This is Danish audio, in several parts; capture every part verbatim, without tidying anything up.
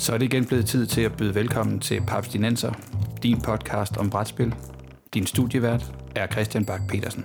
Så er det igen blevet tid til at byde velkommen til Papstinenser, din podcast om brætspil. Din studievært er Christian Bak Petersen.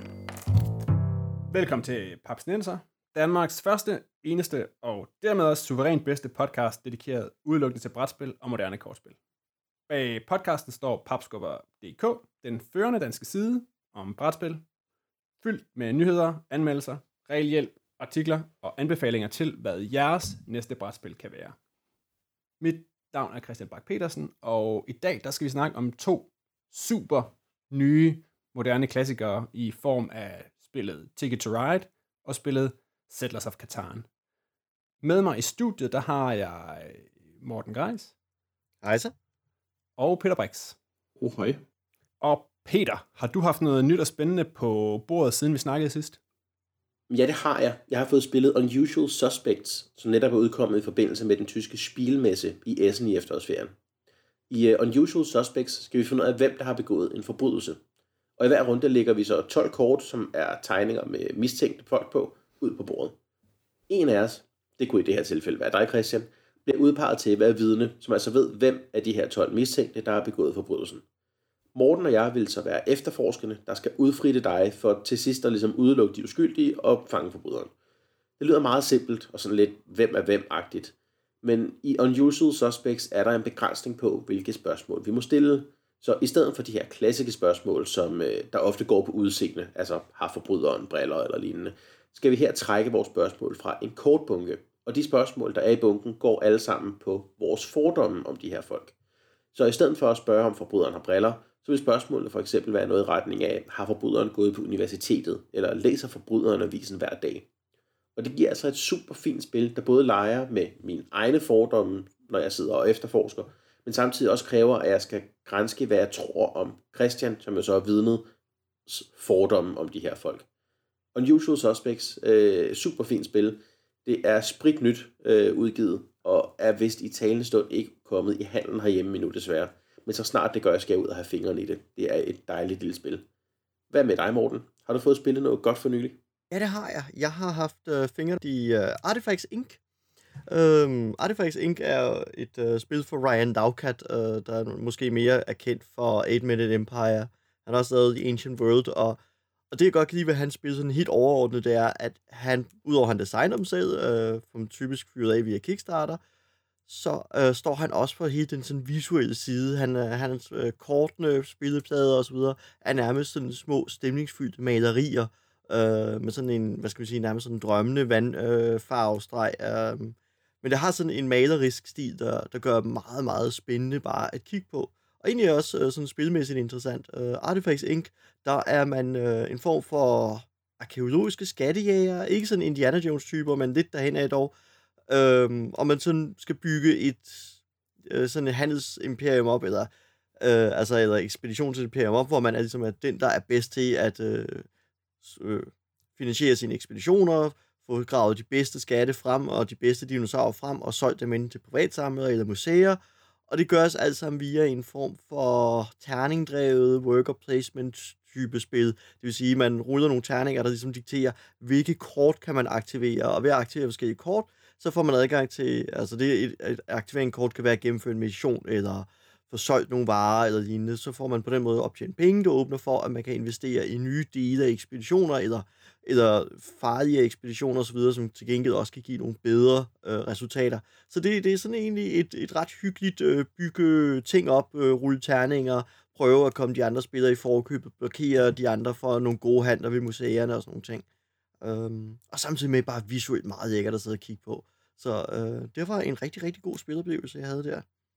Velkommen til Papstinenser, Danmarks første, eneste og dermed også suverænt bedste podcast, dedikeret udelukkende til brætspil og moderne kortspil. Bag podcasten står papskubber punktum d k, den førende danske side om brætspil, fyldt med nyheder, anmeldelser, regelhjælp, artikler og anbefalinger til, hvad jeres næste brætspil kan være. Mit navn er Christian Bak Petersen, og i dag der skal vi snakke om to super nye moderne klassikere i form af spillet Ticket to Ride og spillet Settlers of Catan. Med mig i studiet, der har jeg Morten Greis. Hej så. Og Peter Brix. Oh, hej. Og Peter, har du haft noget nyt og spændende på bordet, siden vi snakkede sidst? Ja, det har jeg. Jeg har fået spillet Unusual Suspects, som netop er udkommet i forbindelse med den tyske Spielmesse i Essen i efterårsferien. I uh, Unusual Suspects skal vi finde ud af, hvem der har begået en forbrydelse. Og i hver runde lægger vi så tolv kort, som er tegninger med mistænkte folk på, ud på bordet. En af os, det kunne i det her tilfælde være dig, Christian, bliver udpeget til at være vidne, som altså ved, hvem af de her tolv mistænkte, der har begået forbrydelsen. Morten og jeg vil så være efterforskerne, der skal udfritte dig for til sidst at ligesom udelukke de uskyldige og fange forbryderen. Det lyder meget simpelt og sådan lidt hvem er hvem-agtigt. Men i Unusual Suspects er der en begrænsning på, hvilke spørgsmål vi må stille. Så i stedet for de her klassiske spørgsmål, som øh, der ofte går på udseende, altså har forbryderen briller eller lignende, skal vi her trække vores spørgsmål fra en kortbunke. Og de spørgsmål, der er i bunken, går alle sammen på vores fordomme om de her folk. Så i stedet for at spørge, om forbryderen har briller, så vil spørgsmålet for eksempel være noget i retning af, har forbryderen gået på universitetet, eller læser forbryderen avisen hver dag. Og det giver altså et super fint spil, der både leger med mine egne fordomme, når jeg sidder og efterforsker, men samtidig også kræver, at jeg skal granske, hvad jeg tror om Christian, som jo så er vidnets fordomme om de her folk. Unusual Suspects, øh, super fint spil. Det er spritnyt øh, udgivet, og er vist i talende stund ikke kommet i handlen herhjemme endnu desværre. Men så snart det gør, skal jeg ud og have fingrene i det. Det er et dejligt lille spil. Hvad med dig, Morten? Har du fået spillet noget godt for nylig? Ja, det har jeg. Jeg har haft øh, fingre i uh, Artifacts Incorporated. Um, Artifacts Incorporated er et uh, spil for Ryan Daukat, uh, der er måske mere er kendt for eight minute Empire. Han har også lavet The Ancient World, og, og det jeg godt kan lide ved hans spil, sådan helt overordnet, det er, at han, udover han designer dem selv, uh, som typisk fyret af via Kickstarter, så øh, står han også for hele den sådan visuelle side. Han, øh, hans øh, kortene, spilleplader og så videre er nærmest sådan små stemningsfyldte malerier øh, med sådan en, hvad skal vi sige, nærmest sådan en drømmende vandfarvestreg. Øh, men det har sådan en malerisk stil, der, der gør meget, meget spændende bare at kigge på. Og egentlig også øh, sådan spilmæssigt interessant. Øh, Artifacts Incorporated, der er man øh, en form for arkæologiske skattejæger. Ikke sådan Indiana Jones-typer, men lidt derhen af dog. Øhm, og man sådan skal bygge et øh, sådan et handelsimperium op, eller, øh, altså, eller ekspeditionsimperium op, hvor man er, ligesom, er den, der er bedst til at øh, øh, finansiere sine ekspeditioner, få gravet de bedste skatte frem, og de bedste dinosaurer frem, og solgt dem ind til privatsamlere eller museer. Og det gøres alt sammen via en form for terningdrevet worker placement type spil. Det vil sige, at man ruller nogle terninger, der ligesom dikterer, hvilke kort kan man aktivere, og ved at aktivere forskellige kort, så får man adgang til, altså det et, et aktiveringskort kan være at gennemføre en mission, eller få solgt nogle varer, eller lignende, så får man på den måde optjent penge, der åbner for, at man kan investere i nye dele af ekspeditioner, eller, eller farlige ekspeditioner osv., som til gengæld også kan give nogle bedre øh, resultater. Så det, det er sådan egentlig et, et ret hyggeligt øh, bygge ting op, øh, rulle terninger, prøve at komme de andre spillere i forkøbet, blokere de andre for nogle gode handler ved museerne og sådan nogle ting. Um, og samtidig med bare visuelt meget lækkert at sidde og kigge på. Så øh, det var en rigtig, rigtig god spiloplevelse, jeg havde der.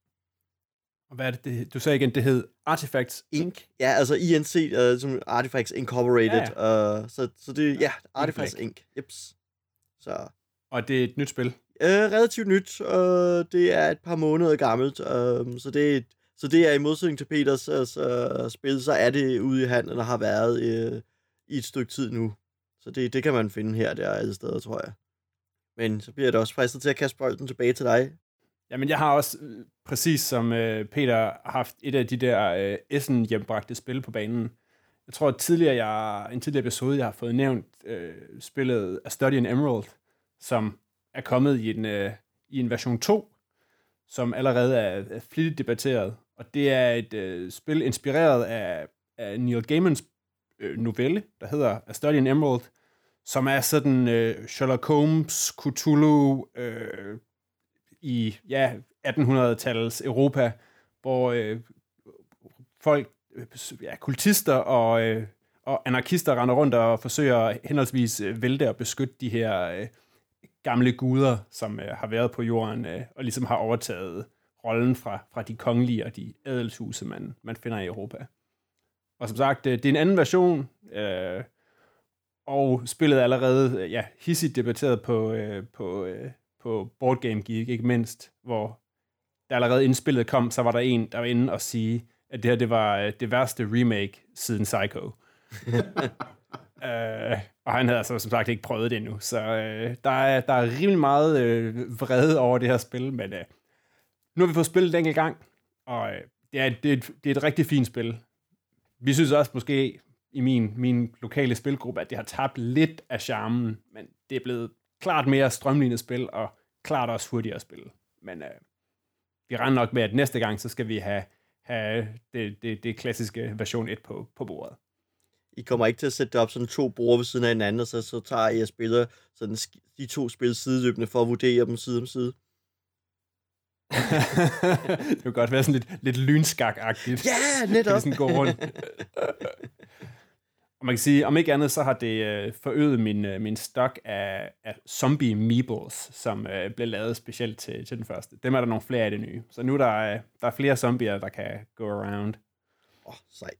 Og hvad er det, det du sagde igen, det hed Artifacts Incorporated? Ja, altså I N C, uh, som Artifacts Incorporated. Ja, ja. Uh, så, så det, ja, Artifacts Incorporated. Jeps. Så. Og det er et nyt spil? Uh, relativt nyt. Uh, det er et par måneder gammelt. Uh, så, det er et, så det er i modsætning til Peters uh, spil, så er det ude i handlen og har været uh, i et stykke tid nu. Så det, det kan man finde her der alle steder, tror jeg. Men så bliver det også fristet til at kaste bolden tilbage til dig. Jamen, jeg har også, præcis som øh, Peter, haft et af de der øh, Essen hjembragte spil på banen. Jeg tror, at tidligere jeg, en tidligere episode, jeg har fået nævnt øh, spillet A Study in Emerald, som er kommet i en, øh, i en version to, som allerede er, er flittigt debatteret. Og det er et øh, spil inspireret af, af Neil Gaimans øh, novelle, der hedder A Study in Emerald, som er sådan øh, Sherlock Holmes, Cthulhu øh, i ja, attenhundrede-tallets Europa, hvor øh, folk, ja, kultister og, øh, og anarkister render rundt og forsøger henholdsvis øh, vælte og beskytte de her øh, gamle guder, som øh, har været på jorden øh, og ligesom har overtaget rollen fra, fra de kongelige og de adelshuse, man, man finder i Europa. Og som sagt, det er en anden version, øh, og spillet er allerede ja, hissigt debatteret på, øh, på, øh, på Board Game Geek, ikke mindst, hvor der allerede inden spillet kom, så var der en, der var inde og sige, at det her det var det værste remake siden Psycho. øh, og han havde altså som sagt ikke prøvet det endnu, så øh, der, er, der er rimelig meget øh, vrede over det her spil, men øh, nu har vi fået spillet en enkelt gang, og øh, det, er, det, er et, det er et rigtig fint spil. Vi synes også måske i min, min lokale spilgruppe, at det har tabt lidt af charmen, men det er blevet klart mere strømlignet spil, og klart også hurtigere spil. Men øh, vi regner nok med, at næste gang, så skal vi have, have det, det, det klassiske version et på, på bordet. I kommer ikke til at sætte det op sådan to borde ved siden af hinanden, og så, så tager I og spiller sådan de to spil sideløbende for at vurdere dem side om side. Det vil godt være sådan lidt, lidt lynskak-agtigt. Ja, netop. Sådan gå rundt. Og man kan sige, om ikke andet, så har det øh, forøget min, øh, min stok af, af zombie meebles, som øh, blev lavet specielt til, til den første. Dem er der nogle flere af det nye. Så nu er der, øh, der er flere zombier, der kan go around. Åh, oh, sejt.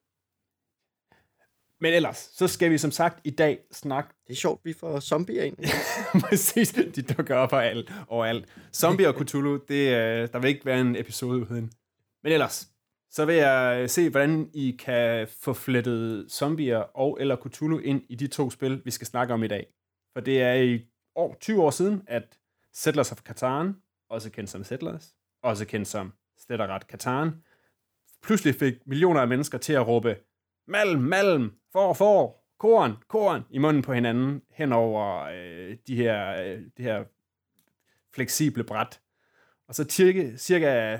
Men ellers, så skal vi som sagt i dag snakke... Det er sjovt, vi får zombier ind. Præcis, de dukker op overalt. overalt. Zombie og Cthulhu, det, øh, der vil ikke være en episode uden. Men ellers, så vil jeg se, hvordan I kan få flettet zombier og eller Cthulhu ind i de to spil, vi skal snakke om i dag. For det er i år, tyve år siden, at Settlers of Catan, også kendt som Settlers, også kendt som slet og ret Catan, pludselig fik millioner af mennesker til at råbe malm, malm, for, for, korn, korn i munden på hinanden hen over øh, de her, øh, de her fleksible bræt. Og så cirka, cirka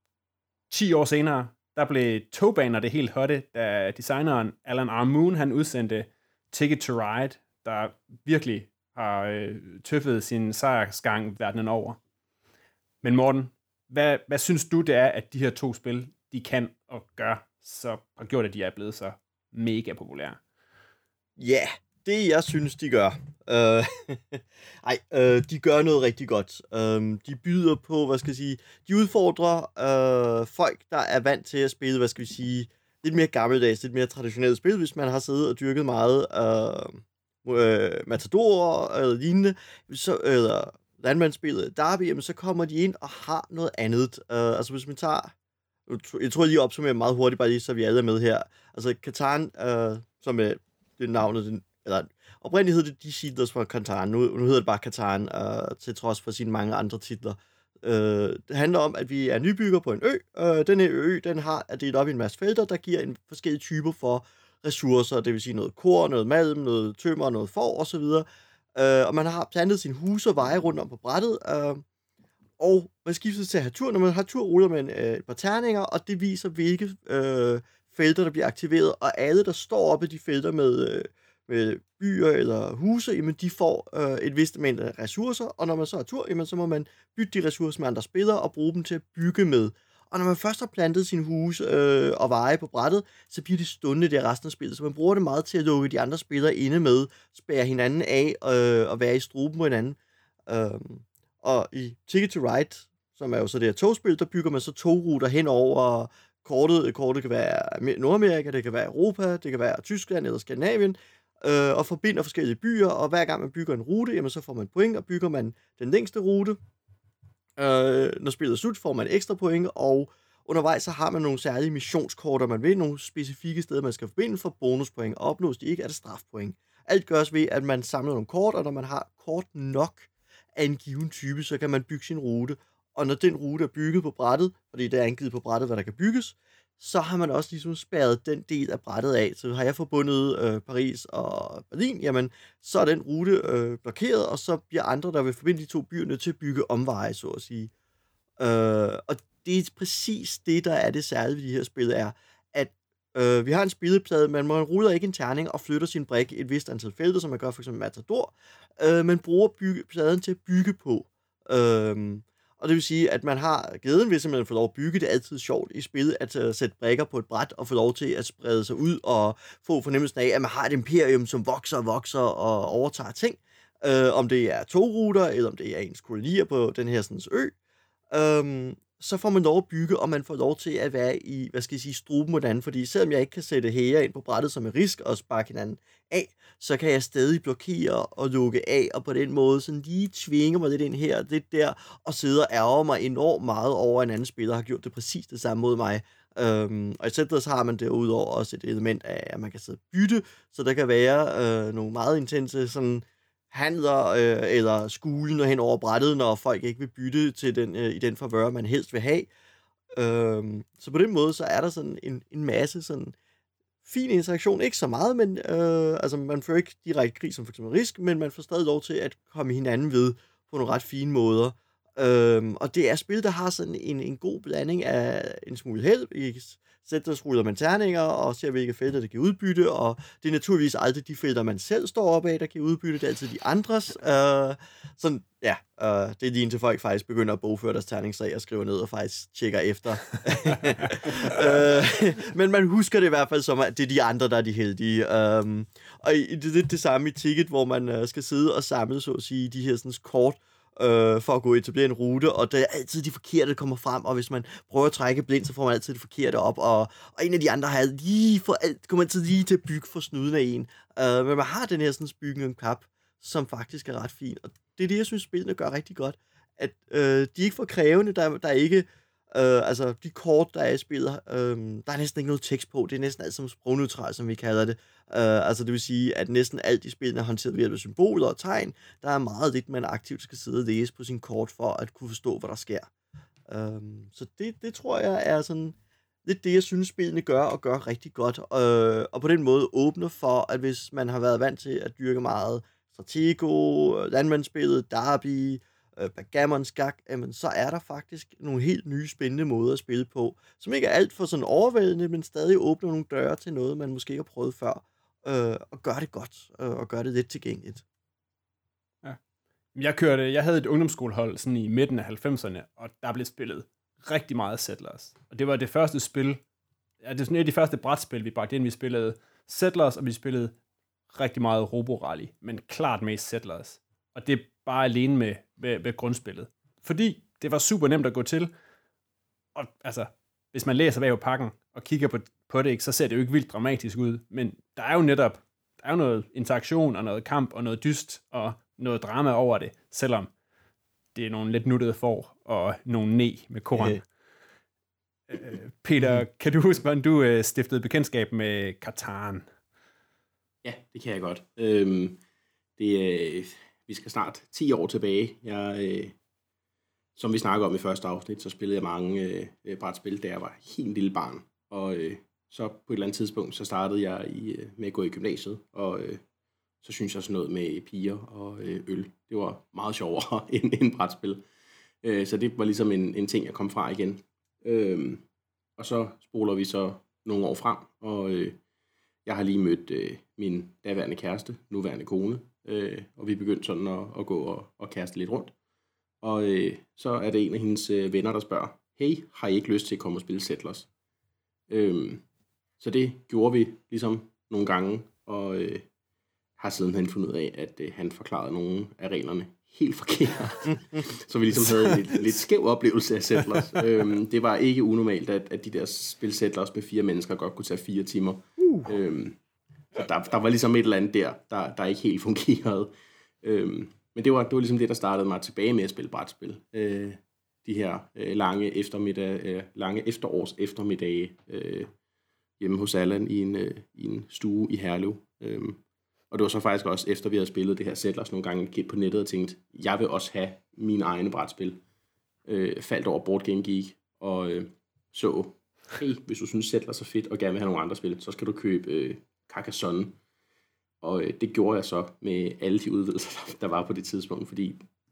ti år senere, der blev togbaner det helt hotte, da designeren Alan R. Moon, han udsendte Ticket to Ride, der virkelig har øh, tøffet sin sejrsgang verdenen over. Men Morten, hvad, hvad synes du det er, at de her to spil, de kan og gør, så har gjort, at de er blevet så mega populære? Ja, yeah, det jeg synes, de gør. Uh, ej, uh, de gør noget rigtig godt. Um, de byder på, hvad skal jeg sige, de udfordrer uh, folk, der er vant til at spille, hvad skal vi sige, lidt mere gammeldags, lidt mere traditionelt spil, hvis man har siddet og dyrket meget uh, uh, Matador eller lignende, så, eller landmandsspillet Derby, jamen, så kommer de ind og har noget andet. Uh, altså hvis man tager, jeg tror jeg lige opsummerer meget hurtigt, bare lige så vi alle er med her. Altså Catan, uh, som er det navnet, den, eller oprindeligt hed det De Settlers fra Catan, nu, nu hedder det bare Catan, uh, til trods for sine mange andre titler. Uh, det handler om, at vi er nybygger på en ø. Uh, den her ø, den har er delt op i en masse felter, der giver en forskellige typer for ressourcer, det vil sige noget korn, noget malm, noget tømmer, noget får osv. Uh, og man har plantet sine huse og veje rundt om på brættet, uh, og man skifter til at have tur, når man har tur, ruller man uh, et par terninger, og det viser, hvilke uh, felter, der bliver aktiveret, og alle, der står oppe i de felter med, uh, med byer eller huse, jamen de får uh, et vist mængde af ressourcer, og når man så har tur, jamen så må man bytte de ressourcer med andre spillere og bruge dem til at bygge med. Og når man først har plantet sine huse øh, og veje på brættet, så bliver det stående der resten af spillet. Så man bruger det meget til at lukke de andre spillere inde med, spære hinanden af øh, og være i struben på hinanden. Um, og i Ticket to Ride, som er jo så det her togspil, der bygger man så togruter hen over kortet. Kortet kan være Nordamerika, det kan være Europa, det kan være Tyskland eller Skandinavien, øh, og forbinder forskellige byer, og hver gang man bygger en rute, jamen så får man point, og bygger man den længste rute, Øh, når spillet er slut, får man ekstra point, og undervejs så har man nogle særlige missionskorter, man vil, nogle specifikke steder, man skal forbinde for bonuspoint, og opnås de ikke, er det strafpoint. Alt gøres ved, at man samler nogle kort, og når man har kort nok af en given type, så kan man bygge sin rute, og når den rute er bygget på brættet, fordi det er angivet på brættet, hvad der kan bygges, så har man også ligesom spærret den del af brættet af. Så har jeg forbundet øh, Paris og Berlin, jamen, så er den rute øh, blokeret, og så bliver andre, der vil forbinde de to byer, nødt til at bygge omveje, så at sige. Øh, og det er præcis det, der er det særlige ved de her spil, er, at øh, vi har en spilleplade, men man ruller ikke en terning og flytter sin brik et vist antal felter, som man gør for eksempel Matador. Øh, man bruger bygge, pladen til at bygge på. Øh, og det vil sige, at man har glæden ved simpelthen at få lov at bygge. Det er altid sjovt i spillet at uh, sætte brikker på et bræt og få lov til at sprede sig ud og få fornemmelsen af, at man har et imperium, som vokser og vokser og overtager ting. Uh, om det er togruter, eller om det er ens kolonier på den her sådan, ø. Um, så får man lov at bygge, og man får lov til at være i, hvad skal jeg sige, struben moderne, fordi selvom jeg ikke kan sætte hære ind på brættet som en risk og sparke hinanden af, så kan jeg stadig blokere og lukke af, og på den måde sådan lige tvinge mig lidt ind her og lidt der, og sidde og ærge mig enormt meget over, en anden spiller har gjort det præcis det samme mod mig. Um, og i Settlers har man derudover også et element af, at man kan sidde og bytte, så der kan være øh, nogle meget intense sådan handler øh, eller skulen hen over brættet, når folk ikke vil bytte til den, øh, i den favør, man helst vil have. Øhm, så på den måde, så er der sådan en, en masse sådan fin interaktion. Ikke så meget, men øh, altså, man får ikke direkte krig som for eksempel risk, men man får stadig lov til at komme hinanden ved på nogle ret fine måder. Øhm, og det er spil, der har sådan en, en god blanding af en smule held. I Settlers ruller man terninger og ser, hvilke felter, der giver udbytte, og det er naturligvis aldrig de felter, man selv står op af, der giver udbytte, det er altid de andres. Øh, sådan, ja, øh, det er lige indtil folk faktisk begynder at bogføre deres terningssag og skriver ned og faktisk tjekker efter. øh, men man husker det i hvert fald som, at det er de andre, der er de heldige. Øh, og det er lidt det samme i Ticket, hvor man øh, skal sidde og samle, så at sige, de her sådan, kort, Øh, for at gå og etablere en rute, og det er altid de forkerte, der kommer frem, og hvis man prøver at trække blind, så får man altid det forkerte op, og, og en af de andre har lige for alt, kommer altid lige til at bygge for snuden af en. Øh, men man har den her sådan bygning en kap, som faktisk er ret fin, og det er det, jeg synes, spillene gør rigtig godt, at øh, de er ikke for krævende, der, der er ikke, øh, altså de kort, der er i spillet, øh, der er næsten ikke noget tekst på, det er næsten alt som sprogneutralt, som vi kalder det. Uh, altså det vil sige, at næsten alt i spillene er håndteret ved hjælp af symboler og tegn. Der er meget lidt, man aktivt skal sidde og læse på sin kort, for at kunne forstå, hvad der sker. Uh, så det, det tror jeg er sådan lidt det, jeg synes, spillene gør, og gør rigtig godt. Uh, og på den måde åbner for, at hvis man har været vant til at dyrke meget Stratego, landmandsspillet, Derby, uh, backgammon, skak, jamen, så er der faktisk nogle helt nye, spændende måder at spille på, som ikke er alt for sådan overvældende, men stadig åbner nogle døre til noget, man måske ikke har prøvet før. Øh, og gøre det godt, øh, og gøre det lidt tilgængeligt. Ja. Jeg kørte, jeg havde et ungdomsskolehold sådan i midten af halvfemserne, og der blev spillet rigtig meget Settlers. Og det var det første spil, ja, det er sådan et af de første brætspil, vi bragte ind. Vi spillede Settlers, og vi spillede rigtig meget Roborally, men klart mest Settlers. Og det er bare alene med, med, med grundspillet. Fordi det var super nemt at gå til, og altså, hvis man læser bag på pakken og kigger på, på det, ikke, så ser det jo ikke vildt dramatisk ud, men der er jo netop der er jo noget interaktion og noget kamp og noget dyst og noget drama over det, selvom det er nogle lidt nuttede får og nogle ne med korn. Øh. Øh, Peter, kan du huske, hvordan du øh, stiftede bekendtskab med Catan? Ja, det kan jeg godt. Øhm, det, øh, vi skal snart ti år tilbage. Jeg... Øh Som vi snakker om i første afsnit, så spillede jeg mange øh, brætspil, da jeg var helt lille barn. Og øh, så på et eller andet tidspunkt, så startede jeg i, øh, med at gå i gymnasiet. Og øh, så synes jeg sådan noget med piger og øh, øl. Det var meget sjovere end, end brætspil. Øh, så det var ligesom en, en ting, jeg kom fra igen. Øh, og så spoler vi så nogle år frem. Og øh, jeg har lige mødt øh, min daværende kæreste, nuværende kone. Øh, og vi begyndte sådan at, at gå og, og kæreste lidt rundt. Og øh, så er det en af hendes øh, venner, der spørger, hey, har I ikke lyst til at komme og spille Settlers? Øhm, så det gjorde vi ligesom nogle gange, og øh, har sidenhen fundet ud af, at øh, han forklarede nogle af reglerne helt forkert. Så vi ligesom havde en lidt, lidt skæv oplevelse af Settlers. øhm, det var ikke unormalt, at, at de der spil Settlers med fire mennesker godt kunne tage fire timer. Uh. Øhm, så der, der var ligesom et eller andet der, der, der ikke helt fungerede. Øhm, Men det var, det var ligesom det, der startede mig tilbage med at spille brætspil. Øh, de her øh, lange, eftermiddag, øh, lange efterårs eftermiddage øh, hjemme hos Allan i en, øh, i en stue i Herlev. Øh, og det var så faktisk også, efter vi havde spillet det her Settlers nogle gange, gik på nettet og tænkte, jeg vil også have mine egne brætspil. Øh, faldt over Board Game Geek og øh, så, hey, hvis du synes Settlers er fedt og gerne vil have nogle andre spil, så skal du købe øh, Carcassonne. Og øh, det gjorde jeg så med alle de udvidelser, der var på det tidspunkt, fordi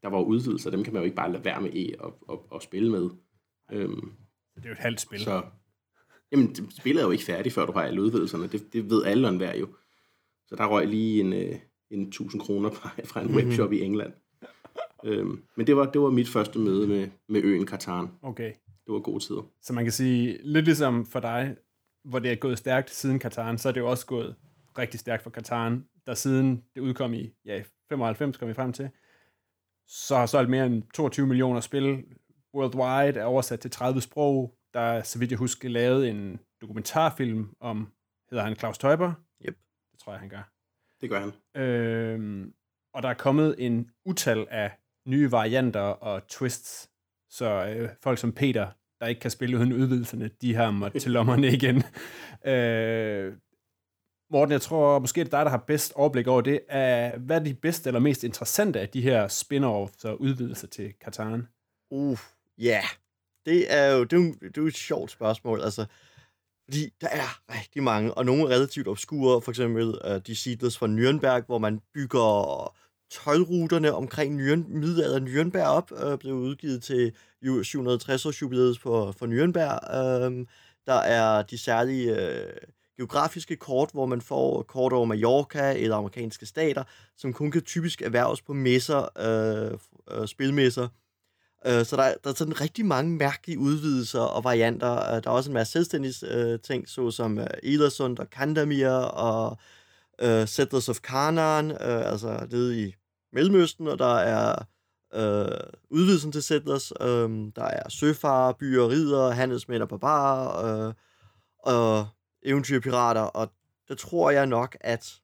der var udvidelser, dem kan man jo ikke bare lade være med e og, og, og spille med. Øhm, det er jo et halvt spil. Så, jamen, spillet er jo ikke færdigt, før du har alle udvidelserne. Det, det ved alle og enhver jo. Så der røg lige en, øh, en tusind kroner fra en webshop mm-hmm. i England. øhm, men det var, det var mit første møde med, med øen Catan. Okay. Det var gode tider. Så man kan sige, lidt ligesom for dig, hvor det er gået stærkt siden Catan, så er det jo også gået rigtig stærkt for Catan, der siden det udkom i ja, femoghalvfems, kom vi frem til, så har solgt mere end toogtyve millioner spil worldwide, er oversat til tredive sprog. Der er, så vidt jeg husker, lavet en dokumentarfilm om, hedder han Klaus Teuber? Yep. Det tror jeg, han gør. Det gør han. Øhm, og der er kommet en utal af nye varianter og twists, så øh, folk som Peter, der ikke kan spille uden udvidelserne, de har måttet til lommerne igen. øh, Morten, jeg tror måske, det er dig, der har bedst overblik over det. Er, hvad er de bedste eller mest interessante af de her spin-offs og udvidelser til Catan? Uh, ja. Yeah. Det er jo det er jo, det er jo et sjovt spørgsmål, altså. Fordi der er rigtig mange, og nogle er relativt obskure, for eksempel uh, de Seedless fra Nürnberg, hvor man bygger tøjruterne omkring Nürn, middelalder Nürnberg op, uh, blev udgivet til syv hundrede og tres års jubilæet for, for Nürnberg. Uh, der er de særlige uh, geografiske kort, hvor man får kort over Mallorca eller amerikanske stater, som kun kan typisk erhverves på messer, uh, uh, spilmesser. Uh, så der, der er sådan rigtig mange mærkelige udvidelser og varianter. Uh, der er også en masse selvstændige uh, ting, såsom uh, Edersund og Kandamir og uh, Settlers of Canaan, uh, altså nede i Mellemøsten, og der er uh, udvidelsen til Settlers. Um, der er søfarer, byer, ridere, handelsmænd og barbarer uh, og eventyrpirater, og der tror jeg nok, at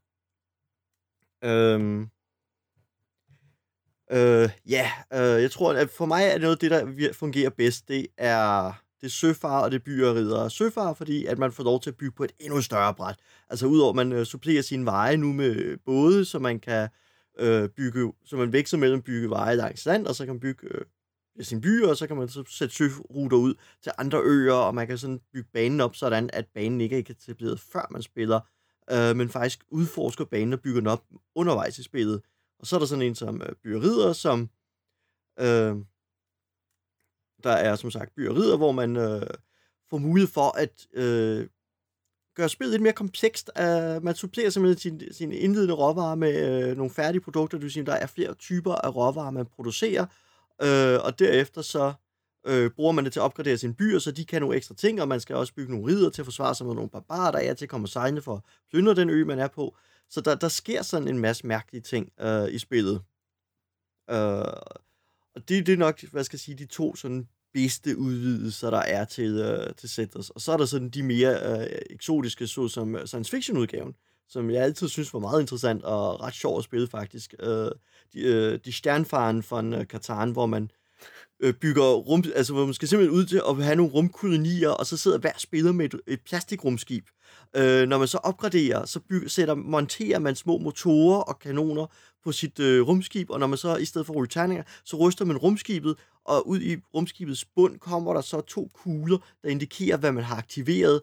um, Øh, ja, øh, jeg tror, at for mig er noget af det, der fungerer bedst, det er det søfar og det byer og ridere. Søfar, fordi at man får lov til at bygge på et endnu større bræt. Altså udover at man øh, supplerer sine veje nu med både, så man kan øh, bygge, så man veksler mellem bygge veje langs land, og så kan man bygge øh, sine byer, og så kan man så sætte søruter ud til andre øer, og man kan sådan bygge banen op, sådan at banen ikke er etableret før man spiller, øh, men faktisk udforsker banen og bygger den op undervejs i spillet. Og så er der sådan en som øh, byerider, som øh, der er som sagt byerider, hvor man øh, får mulighed for at øh, gøre spillet lidt mere komplekst. Uh, man supplerer simpelthen sine sin indledende råvarer med øh, nogle færdige produkter. Det vil sige, der er flere typer af råvarer, man producerer, øh, og derefter så øh, bruger man det til at opgradere sine byer, så de kan nogle ekstra ting, og man skal også bygge nogle ridder til at forsvare sig mod nogle barbarer, der er til at komme og sejle for at plyndre den ø, man er på. Så der, der sker sådan en masse mærkelige ting øh, i spillet. Øh, og det, det er nok, hvad skal jeg sige, de to sådan bedste udvidelser, der er til, øh, til Settlers. Og så er der sådan de mere øh, eksotiske, såsom science fiction udgaven, som jeg altid synes var meget interessant og ret sjov at spille faktisk. Øh, de, øh, de Sternfaren fra Catan, hvor man øh, bygger rum, altså hvor man skal simpelthen ud til at have nogle rumkolonier, og så sidder hver spiller med et, et plastikrumskib. Øh, når man så opgraderer, så bygger, sætter, monterer man små motorer og kanoner på sit øh, rumskib, og når man så i stedet for rulle så ryster man rumskibet, og ud i rumskibets bund kommer der så to kugler, der indikerer, hvad man har aktiveret,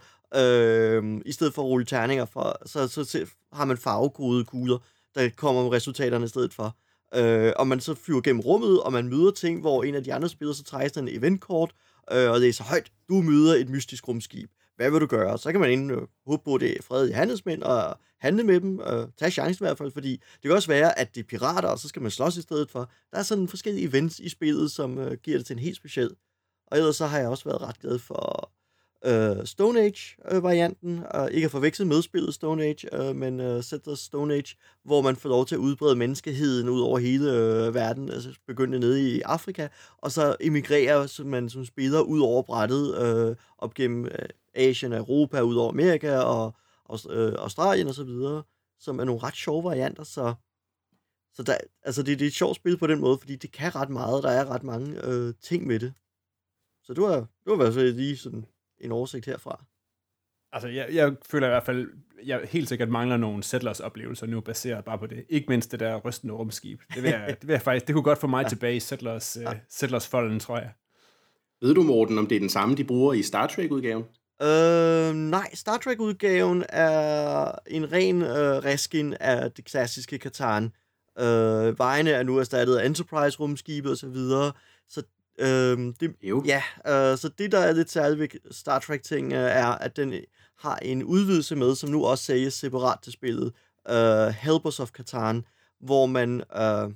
øh, i stedet for at rulle terninger, for, så, så, så har man farvekodede kugler, der kommer med resultaterne i stedet for. Øh, og man så flyver gennem rummet, og man møder ting, hvor en af de andre spillere så trækker sådan en eventkort, øh, og det er så højt, du møder et mystisk rumskib. Hvad vil du gøre? Så kan man enten øh, håbe på, det er fredelige handelsmænd, og handle med dem, øh, tage chancen i hvert fald, fordi det kan også være, at det er pirater, og så skal man slås i stedet for. Der er sådan forskellige events i spillet, som øh, giver det til en helt speciel. Og ellers så har jeg også været ret glad for øh, Stone Age-varianten, øh, ikke at forveksle med spillet Stone Age, øh, men øh, Settlers Stone Age, hvor man får lov til at udbrede menneskeheden ud over hele øh, verden, altså begynde nede i Afrika, og så emigrerer så man som spiller ud over brættet, øh, op gennem øh, Asien, Europa, ud over Amerika og, og øh, Australien og så videre, som er nogle ret sjove varianter, så, så der, altså det, det er et sjovt spil på den måde, fordi det kan ret meget, der er ret mange øh, ting med det. Så du har, du har været så lige sådan en oversigt herfra. Altså, jeg, jeg føler i hvert fald, jeg helt sikkert mangler nogle Settlers-oplevelser nu, baseret bare på det. Ikke mindst det der rystende rumskib. Det vil jeg, det vil jeg faktisk, det kunne godt få mig ja. tilbage i Settlers, ja. uh, Settlers-folden, tror jeg. Ved du, Morten, om det er den samme, de bruger i Star Trek-udgaven? Øh, nej, Star Trek-udgaven er en ren øh, reskin af det klassiske Catan. Øh, vejene er nu erstattet af Enterprise-rumskibe og så videre. Så øh, det, ja, øh, så det, der er lidt særligt ved Star Trek-ting, øh, er, at den har en udvidelse med, som nu også sælges separat til spillet, øh, Helpers of Catan, hvor man øh,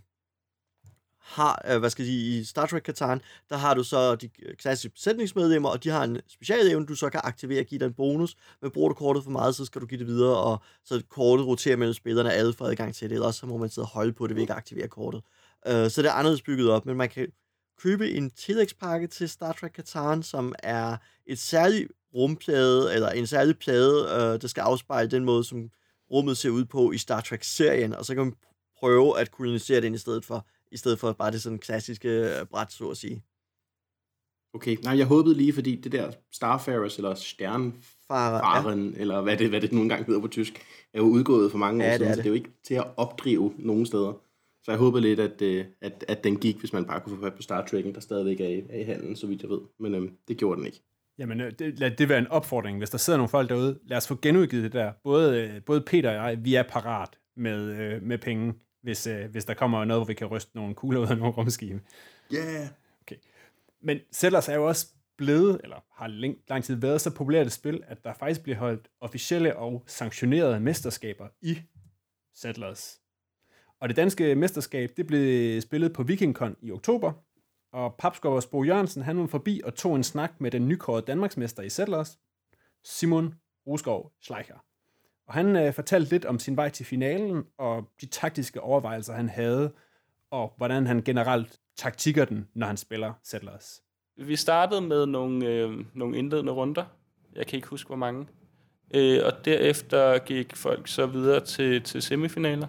har, øh, hvad skal jeg sige, i Star Trek Catan, der har du så de klassiske besætningsmedlemmer, og de har en specialevne, du så kan aktivere og give dig en bonus, men bruger du kortet for meget, så skal du give det videre, og så kortet roterer mellem spillerne, alle får adgang til det, ellers så må man sidde og holde på det ved ikke at aktivere kortet. Øh, så det er anderledes bygget op, men man kan købe en tillægspakke til Star Trek Catan, som er et særligt rumplade, eller en særlig plade, øh, der skal afspejle den måde, som rummet ser ud på i Star Trek-serien, og så kan man prøve at kolonisere den i stedet for, i stedet for bare det sådan klassiske øh, bræt, så at sige. Okay, nej, jeg håbede lige, fordi det der Starfarers, eller Sternfaren, ja. eller hvad det, hvad det nogle gange hedder på tysk, er jo udgået for mange år ja, siden, det så det er jo ikke til at opdrive nogen steder. Så jeg håber lidt, at, at, at den gik, hvis man bare kunne få fat på Star Trek'en, der stadigvæk er i, er i handlen, så vidt jeg ved. Men øhm, det gjorde den ikke. Jamen, det, lad det være en opfordring, hvis der sidder nogle folk derude. Lad os få genudgivet det der. Både, både Peter og jeg, vi er parat med, med penge, hvis, hvis der kommer noget, hvor vi kan ryste nogle kugler ud af nogle rumskibe. Ja! Yeah. Okay. Men Settlers er jo også blevet, eller har lang, lang tid været så populært et spil, at der faktisk bliver holdt officielle og sanktionerede mesterskaber i Settlers. Og det danske mesterskab, det blev spillet på VikingCon i oktober, og Papskovers Bo Jørgensen, han var forbi og tog en snak med den nykårede Danmarksmester i Settlers, Simon Roskov Schleicher. Og han øh, fortalte lidt om sin vej til finalen, og de taktiske overvejelser, han havde, og hvordan han generelt taktikker den, når han spiller Settlers. Vi startede med nogle, øh, nogle indledende runder. Jeg kan ikke huske, hvor mange. Øh, og derefter gik folk så videre til, til semifinaler.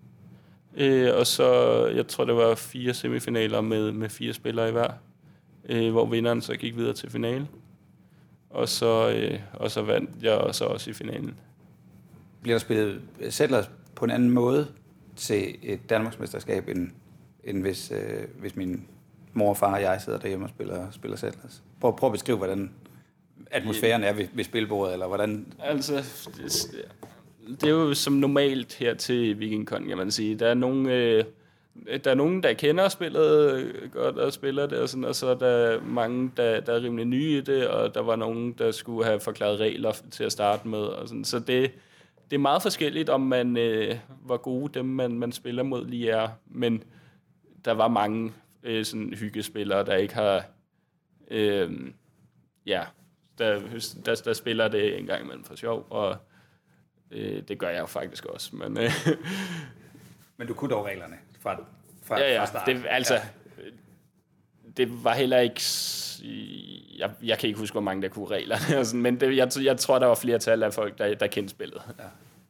Øh, og så, jeg tror, det var fire semifinaler med, med fire spillere i hver, øh, hvor vinderen så gik videre til finale. Og så, øh, og så vandt jeg så også i finalen. Bliver der spillet Settlers på en anden måde til et Danmarksmesterskab, end, end hvis, øh, hvis min mor og far og jeg sidder derhjemme og spiller, spiller Settlers? Prøv, prøv at beskrive, hvordan atmosfæren er ved, ved spilbordet, eller hvordan... Altså, det, det er jo som normalt her til VikingCon, kan man sige. Der er nogen, øh, der er nogen, der kender spillet godt og spiller det, og, sådan, og så er der mange, der, der er rimelig nye i det, og der var nogen, der skulle have forklaret regler til at starte med. Og sådan. Så det, det er meget forskelligt, om man øh, hvor gode dem, man, man spiller mod lige er. Men der var mange øh, sådan hyggespillere, der ikke har... Øh, ja, der, der, der spiller det en gang imellem for sjov, og øh, det gør jeg jo faktisk også. Men, øh, men du kunne dog reglerne fra, fra, ja, ja, fra start? Det, altså, ja. Det var heller ikke... Jeg, jeg kan ikke huske, hvor mange der kunne reglerne, men det, jeg, jeg tror, der var flertal af folk, der, der kendte spillet. Ja.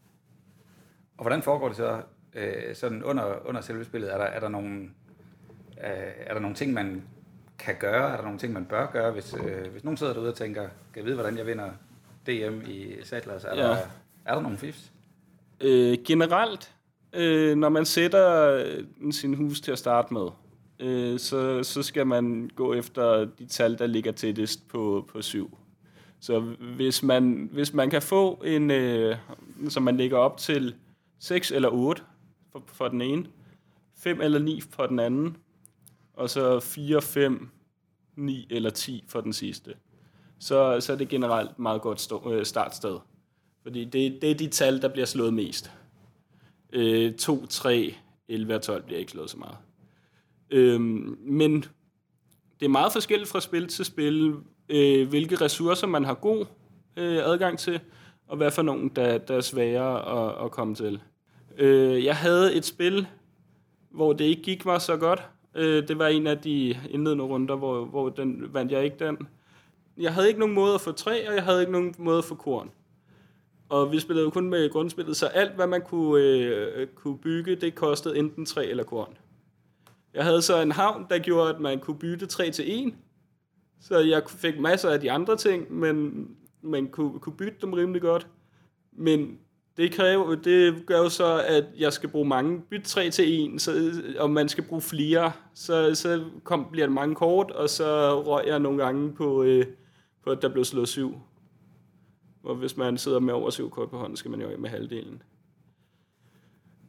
Og hvordan foregår det så øh, sådan under, under selve spillet? Er der, er, der nogle, øh, er der nogle ting, man kan gøre? Er der nogle ting, man bør gøre, hvis, øh, hvis nogen sidder derude og tænker, kan jeg vide, hvordan jeg vinder D M i Settlers? Er, ja. der, er der nogle fifs? Øh, generelt, øh, når man sætter sin hus til at starte med, øh, så, så skal man gå efter de tal, der ligger tættest på, på syv. Så hvis man, hvis man kan få en, øh, som man lægger op til seks eller otte for, for den ene, fem eller ni for den anden, og så fire, fem, ni eller ti for den sidste, så, så er det generelt meget godt stå, øh, startsted. Fordi det, det er de tal, der bliver slået mest. Øh, to, tre, elleve og tolv bliver ikke slået så meget. Øh, men det er meget forskelligt fra spil til spil, øh, hvilke ressourcer man har god øh, adgang til, og hvad for nogen, der, der er sværere at, at komme til. Øh, jeg havde et spil, hvor det ikke gik mig så godt. Øh, det var en af de indledende runder, hvor, hvor den, vandt jeg ikke den. Jeg havde ikke nogen måde at få træ, og jeg havde ikke nogen måde at få korn. Og vi spillede jo kun med grundspillet, så alt, hvad man kunne, øh, kunne bygge, det kostede enten træ eller korn. Jeg havde så en havn, der gjorde, at man kunne bytte træ til en. Så jeg fik masser af de andre ting, men man kunne, kunne bytte dem rimelig godt. Men det, kræver, det gør jo så, at jeg skal bruge mange bytte træ til en, så, og man skal bruge flere. Så, så kom, bliver det mange kort, og så røg jeg nogle gange på, øh, på at der blev slået syv. Og hvis man sidder med over syv kort på hånden, skal man jo med halvdelen.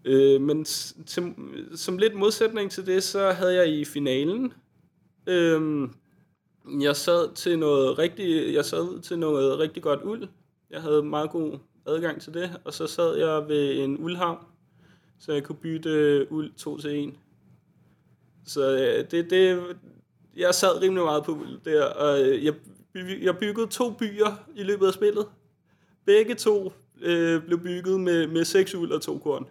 Øh, men s- til, som lidt modsætning til det, så havde jeg i finalen, øh, jeg sad til noget rigtig, jeg sad til noget rigtig godt uld. Jeg havde meget god adgang til det, og så sad jeg ved en uldhavn, så jeg kunne bytte uld to til en. Så øh, det, det, jeg sad rimelig meget på uld der, og jeg, jeg byggede to byer i løbet af spillet. Begge to øh, blev bygget med, med seks uld og to korn.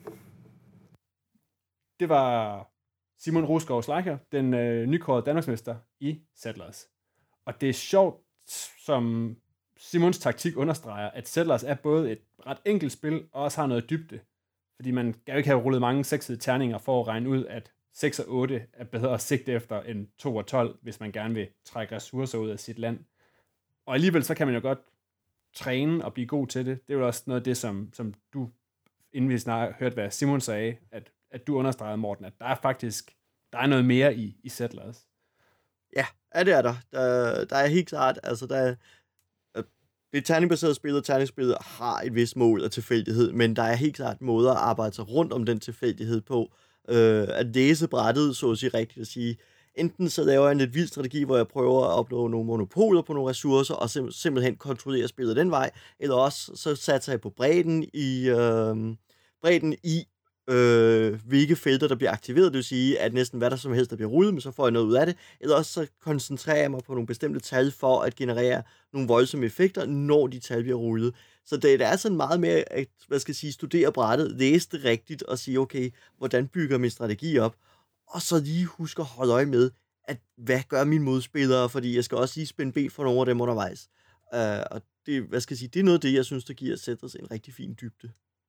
Det var Simon Rosgaard Schleicher, den øh, nykårede danmarksmester i Settlers. Og det er sjovt, som Simons taktik understreger, at Settlers er både et ret enkelt spil, og også har noget dybde. Fordi man kan jo ikke have rullet mange seksede terninger for at regne ud, at seks og otte er bedre at sigte efter end to og tolv, hvis man gerne vil trække ressourcer ud af sit land. Og alligevel så kan man jo godt træne og blive god til det. Det er jo også noget af det, som, som du, inden vi snart hørte, hvad Simon sagde, at, at du understregede, Morten, at der er faktisk der er noget mere i, i Settlers. Ja, ja, det er der. Der, der er helt klart, altså der er, det er terningbaseret spil, og terningsspillet har et vist mål af tilfældighed, men der er helt klart måder at arbejde sig rundt om den tilfældighed på. Øh, at læse brættet, så at sige rigtigt, at sige, enten så laver jeg en lidt vild strategi, hvor jeg prøver at opnå nogle monopoler på nogle ressourcer, og sim- simpelthen kontrollere spillet den vej, eller også så satser jeg på bredden i, øh, bredden i øh, hvilke felter, der bliver aktiveret, det vil sige, at næsten hvad der som helst, der bliver rullet, men så får jeg noget ud af det, eller også så koncentrerer jeg mig på nogle bestemte tal for at generere nogle voldsomme effekter, når de tal bliver rullet. Så det, det er sådan meget mere at, hvad skal jeg sige, studere brættet, læse det rigtigt og sige, okay, hvordan bygger min strategi op, og så lige huske at holde øje med, at hvad gør mine modspillere, fordi jeg skal også lige spænde ben for nogle af dem undervejs. Uh, og det, hvad skal jeg sige, det er noget af det, jeg synes, der giver Settlers en rigtig fin dybde.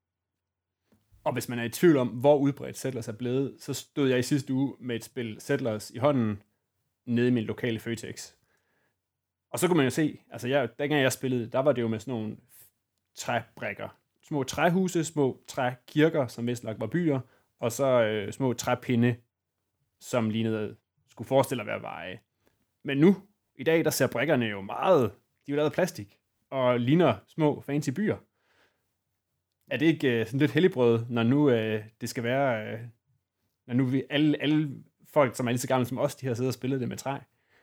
Og hvis man er i tvivl om, hvor udbredt Settlers er blevet, så stod jeg i sidste uge med et spil Settlers i hånden nede i min lokale Føtex. Og så kunne man jo se, altså jeg, dengang jeg spillede, der var det jo med sådan nogle træbrækker. Små træhuse, små trækirker, som vist nok var byer, og så øh, små træpinde, som lignede, skulle forestille at være veje. Men nu, i dag, der ser brækkerne jo meget, de er jo lavet af plastik, og ligner små fancy byer. Er det ikke øh, sådan lidt helligbrød, når nu øh, det skal være, øh, når nu vi, alle, alle folk, som er lige så gamle som os, de har siddet og spillet det med træ?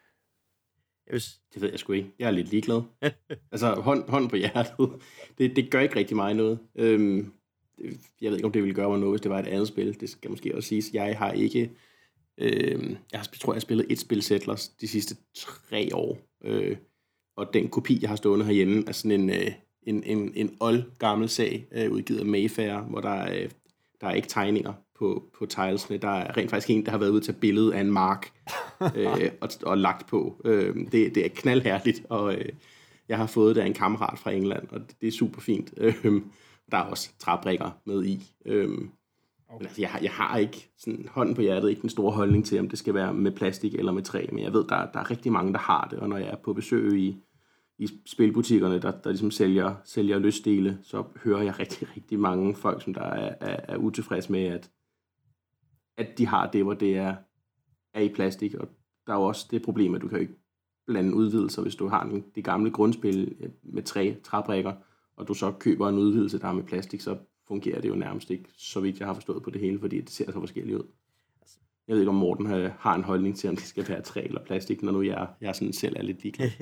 Yes. Det ved jeg sgu ikke. Jeg er lidt ligeglad. altså, hånd, hånd på hjertet. Det, det gør ikke rigtig mig noget. Øhm, jeg ved ikke, om det ville gøre mig noget, hvis det var et andet spil. Det skal måske også siges. Jeg har ikke... Øhm, jeg har, tror, jeg har spillet et spil Settlers de sidste tre år. Øh, og den kopi, jeg har stående herhjemme, er sådan en... Øh, en, en, en old gammel sag, øh, udgivet af Mayfair, hvor der er, øh, der er ikke tegninger på, på tilesene. Der er rent faktisk en, der har været ude til billede af en mark øh, og, og lagt på. Øh, det, det er knaldherligt, og øh, jeg har fået det af en kammerat fra England, og det, det er super fint. Øh, der er også træbrikker med i. Øh, okay. Men altså, jeg, har, jeg har ikke sådan hånden på hjertet, ikke den store holdning til, om det skal være med plastik eller med træ, men jeg ved, der, der er rigtig mange, der har det, og når jeg er på besøg i i spilbutikkerne, der, der ligesom sælger, sælger lystdele, så hører jeg rigtig, rigtig mange folk, som der er, er, er utilfredse med, at, at de har det, hvor det er, er i plastik. Og der er jo også det problem, at du kan ikke blande udvidelser, hvis du har den, det gamle grundspil med træ, træbrikker, og du så køber en udvidelse, der er med plastik, så fungerer det jo nærmest ikke, så vidt jeg har forstået på det hele, fordi det ser så forskelligt ud. Jeg ved ikke, om Morten har en holdning til, om det skal være træ eller plastik, når nu jeg, jeg sådan selv er lidt ligeglad.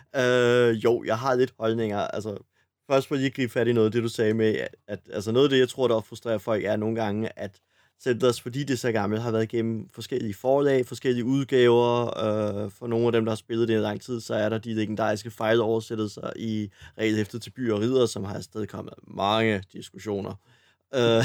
øh, jo, jeg har lidt holdninger. Altså, først for lige at gribe fat i noget af det, du sagde med, at, at altså noget af det, jeg tror, der frustrerer folk, er nogle gange, at Settlers, fordi det er så gammelt, har været igennem forskellige forlag, forskellige udgaver. Øh, for nogle af dem, der har spillet det i lang tid, så er der de legendariske fejloversættelser i regelhæftet til byer og ridder, som har afstedkommet mange diskussioner. Øh,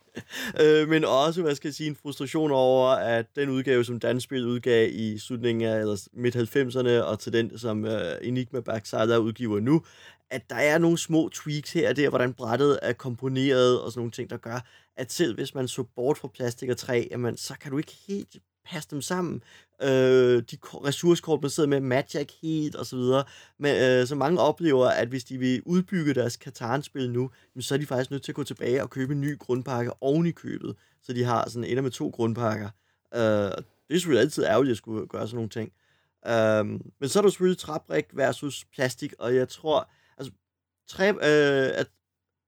øh, men også, hvad skal jeg sige, en frustration over, at den udgave, som Danspil udgav i slutningen af eller midt halvfemserne, og til den, som uh, Enigma Backside udgiver nu, at der er nogle små tweaks her og der, hvordan brættet er komponeret, og sådan nogle ting, der gør, at selv hvis man så bort fra plastik og træ, jamen, så kan du ikke helt passe dem sammen. Øh, de ressourcekort, man sidder med, matcher ikke helt, og så videre. Men øh, så mange oplever, at hvis de vil udbygge deres Catan-spil nu, så er de faktisk nødt til at gå tilbage og købe en ny grundpakke oven i købet, så de har sådan ender med to grundpakker. Øh, det er selvfølgelig altid ærgerligt at skulle gøre sådan nogle ting. Øh, men så er der selvfølgelig træbrik versus plastik, og jeg tror, altså, træ, øh, at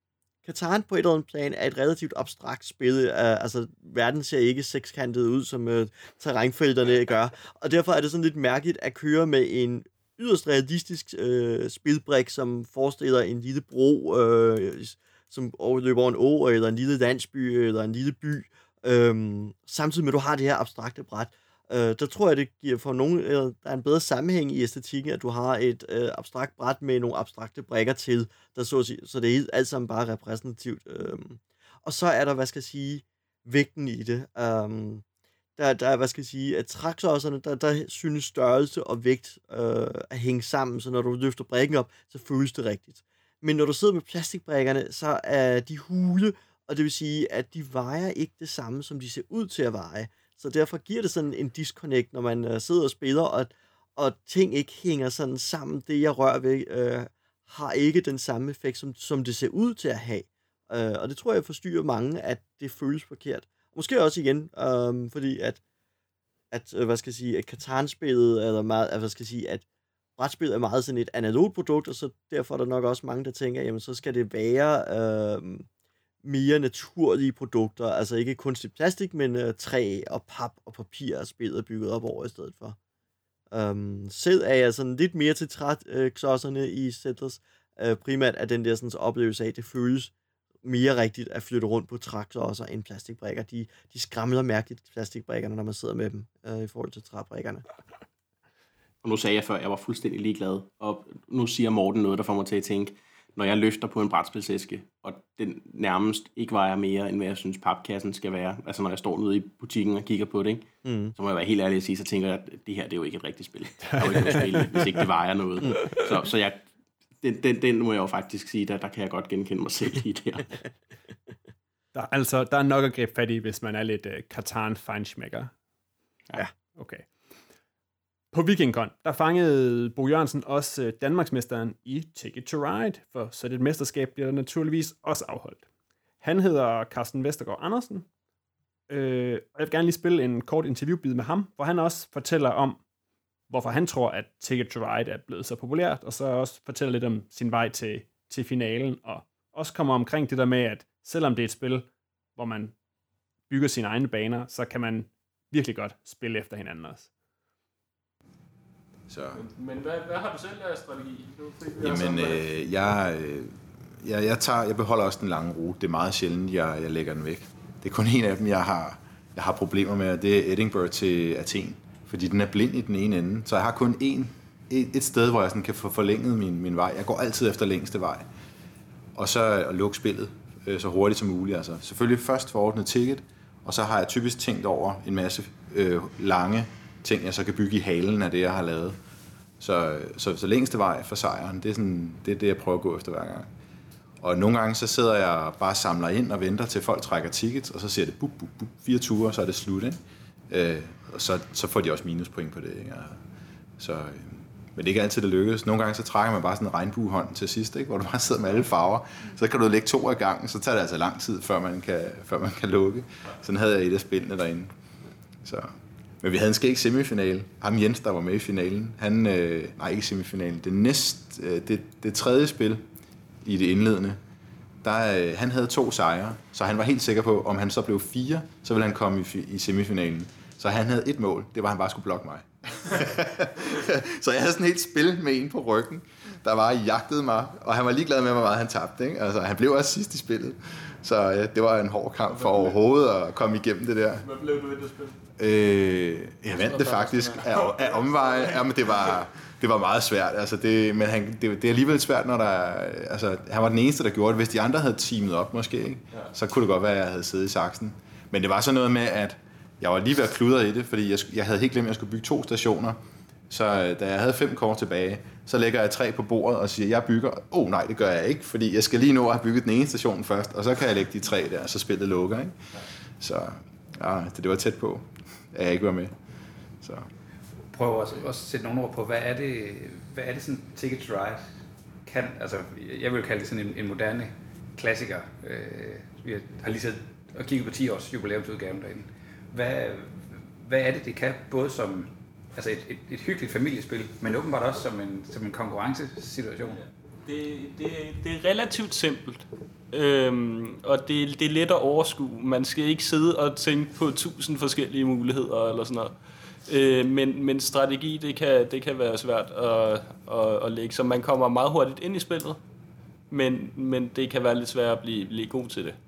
Catan på et eller andet plan er et relativt abstrakt spil. Uh, altså, verden ser ikke sekskantet ud, som uh, terrænfelterne gør. Og derfor er det sådan lidt mærkeligt at køre med en yderst realistisk uh, spilbrik, som forestiller en lille bro, uh, som overløber over en å, eller en lille landsby, eller en lille by. Um, samtidig med, at du har det her abstrakte bræt. Uh, der tror jeg, det giver for nogen, uh, der er en bedre sammenhæng i æstetikken, at du har et uh, abstrakt bræt med nogle abstrakte brikker til, der så, at sige, så det er alt sammen bare repræsentativt. Um, og så er der, hvad skal jeg sige, vægten i det. Um, der, der er, hvad skal jeg sige, at træksosserne, der, der synes størrelse og vægt uh, at hænge sammen, så når du løfter brikken op, så føles det rigtigt. Men når du sidder med plastikbrikkerne, så er de hule, og det vil sige, at de vejer ikke det samme, som de ser ud til at veje. Så derfor giver det sådan en disconnect, når man uh, sidder og spiller, og, og ting ikke hænger sådan sammen. Det, jeg rører ved, uh, har ikke den samme effekt, som, som det ser ud til at have. Uh, og det tror jeg forstyrrer mange, at det føles forkert. Måske også igen, um, fordi at, at uh, hvad skal jeg sige, at Catan-spillet, eller meget, at, hvad skal jeg sige, at brætspillet er meget sådan et analogt produkt, og så derfor er der nok også mange, der tænker, jamen så skal det være uh, mere naturlige produkter, altså ikke kunstig plastik, men uh, træ og pap og papir er spillet bygget op over i stedet for. Um, selv er jeg sådan lidt mere til træksosserne uh, i Settlers, uh, primært af den der sådan, så oplevelse af, at det føles mere rigtigt at flytte rundt på træksosser end plastikbrikker. De, de skramler mærkeligt plastikbrikkerne, når man sidder med dem, uh, i forhold til træbrikkerne. Og nu sagde jeg før, at jeg var fuldstændig ligeglad, og nu siger Morten noget, der får mig til at tænke, når jeg løfter på en brætspilsæske, og den nærmest ikke vejer mere, end hvad jeg synes papkassen skal være, altså når jeg står nede i butikken og kigger på det, ikke? Mm. Så må jeg være helt ærlig at sige, så tænker jeg, at det her, det er jo ikke et rigtigt spil. Der er jo ikke noget spil, hvis ikke det vejer noget. Mm. Så, så jeg, den, den, den må jeg jo faktisk sige, der, der kan jeg godt genkende mig selv i det her. Der, altså, der er nok at gribe fat i, hvis man er lidt uh, Catan-feinschmecker. Ja. Okay. På Vikingcon, der fangede Bo Jørgensen også Danmarksmesteren i Ticket to Ride, for så det mesterskab bliver der naturligvis også afholdt. Han hedder Carsten Vestergaard Andersen, øh, og jeg vil gerne lige spille en kort interviewbid med ham, hvor han også fortæller om, hvorfor han tror, at Ticket to Ride er blevet så populært, og så også fortæller lidt om sin vej til, til finalen, og også kommer omkring det der med, at selvom det er et spil, hvor man bygger sine egne baner, så kan man virkelig godt spille efter hinanden også. Så. Men, men hvad, hvad har du selv af strategi? Jamen, øh, jeg, øh, jeg, jeg, tager, jeg beholder også den lange rute. Det er meget sjældent, jeg, jeg lægger den væk. Det er kun en af dem, jeg har, jeg har problemer med, og det er Edinburgh til Athen. Fordi den er blind i den ene ende. Så jeg har kun én, et, et sted, hvor jeg sådan kan få forlænget min, min vej. Jeg går altid efter længste vej. Og så at lukke spillet øh, så hurtigt som muligt. Altså, selvfølgelig først forordnet ticket, og så har jeg typisk tænkt over en masse øh, lange ting, jeg så kan bygge i halen af det, jeg har lavet. Så, så, så længste vej for sejren, det er, sådan, det er det, jeg prøver at gå efter hver gang. Og nogle gange, så sidder jeg bare og samler ind og venter, til folk trækker tickets, og så siger det bup, bup, bup, fire ture, så er det slut, ikke? Øh, og så, så får de også minuspoint på det, ikke? Så, øh, men det er ikke altid, det lykkes. Nogle gange, så trækker man bare sådan en regnbuehånd til sidst, ikke? Hvor du bare sidder med alle farver. Så kan du lægge to af gangen, så tager det altså lang tid, før man kan, før man kan lukke. Sådan havde jeg et af spillene derinde. Så... Men vi havde en skæg semifinale. Ham Jens, der var med i finalen, han, øh, nej ikke semifinalen, det næst, øh, det, det tredje spil i det indledende, der, øh, han havde to sejre, så han var helt sikker på, om han så blev fire, så ville han komme i, i semifinalen. Så han havde et mål, det var, at han bare skulle blokke mig. Så jeg havde sådan et helt spil med en på ryggen, der var jagtede mig, og han var ligeglad med, hvor meget han tabte. Ikke? Altså, han blev også sidst i spillet. Så ja, det var en hård kamp for overhovedet at komme igennem det der. Hvad blev du i det spil? Øh, jeg vandt det faktisk af, af omveje. Jamen, det var, det var meget svært. Altså, det, men han, det, det er alligevel svært, når der... Altså, han var den eneste, der gjorde det. Hvis de andre havde teamet op måske, ikke? Ja. Så kunne det godt være, at jeg havde siddet i saksen. Men det var sådan noget med, at jeg var lige ved at kludre i det, fordi jeg, jeg havde helt glemt, at jeg skulle bygge to stationer. Så da jeg havde fem kort tilbage, så lægger jeg tre på bordet og siger, jeg bygger... Åh oh, nej, det gør jeg ikke, fordi jeg skal lige nå at have bygget den ene station først, og så kan jeg lægge de tre der, så spillet lukker, ikke? Så ja, det, det var tæt på, at jeg ikke var med. Så. Prøv også at sætte nogle ord på, hvad er det, hvad er det sådan Ticket to Ride kan? Altså, jeg vil kalde det sådan en, en moderne klassiker. Øh, vi har lige siddet og kigget på ti års jubilæumsudgaven derinde. Hvad, hvad er det, det kan, både som altså et, et, et hyggeligt familiespil, men åbenbart også som en, som en konkurrencesituation? Det, det, det er relativt simpelt. Øhm, og det, det er let at overskue. Man skal ikke sidde og tænke på tusind forskellige muligheder eller sådan noget. Øh, men, men strategi, det kan, det kan være svært at, at, at lægge, så man kommer meget hurtigt ind i spillet, men, men det kan være lidt svært at blive, blive god til det.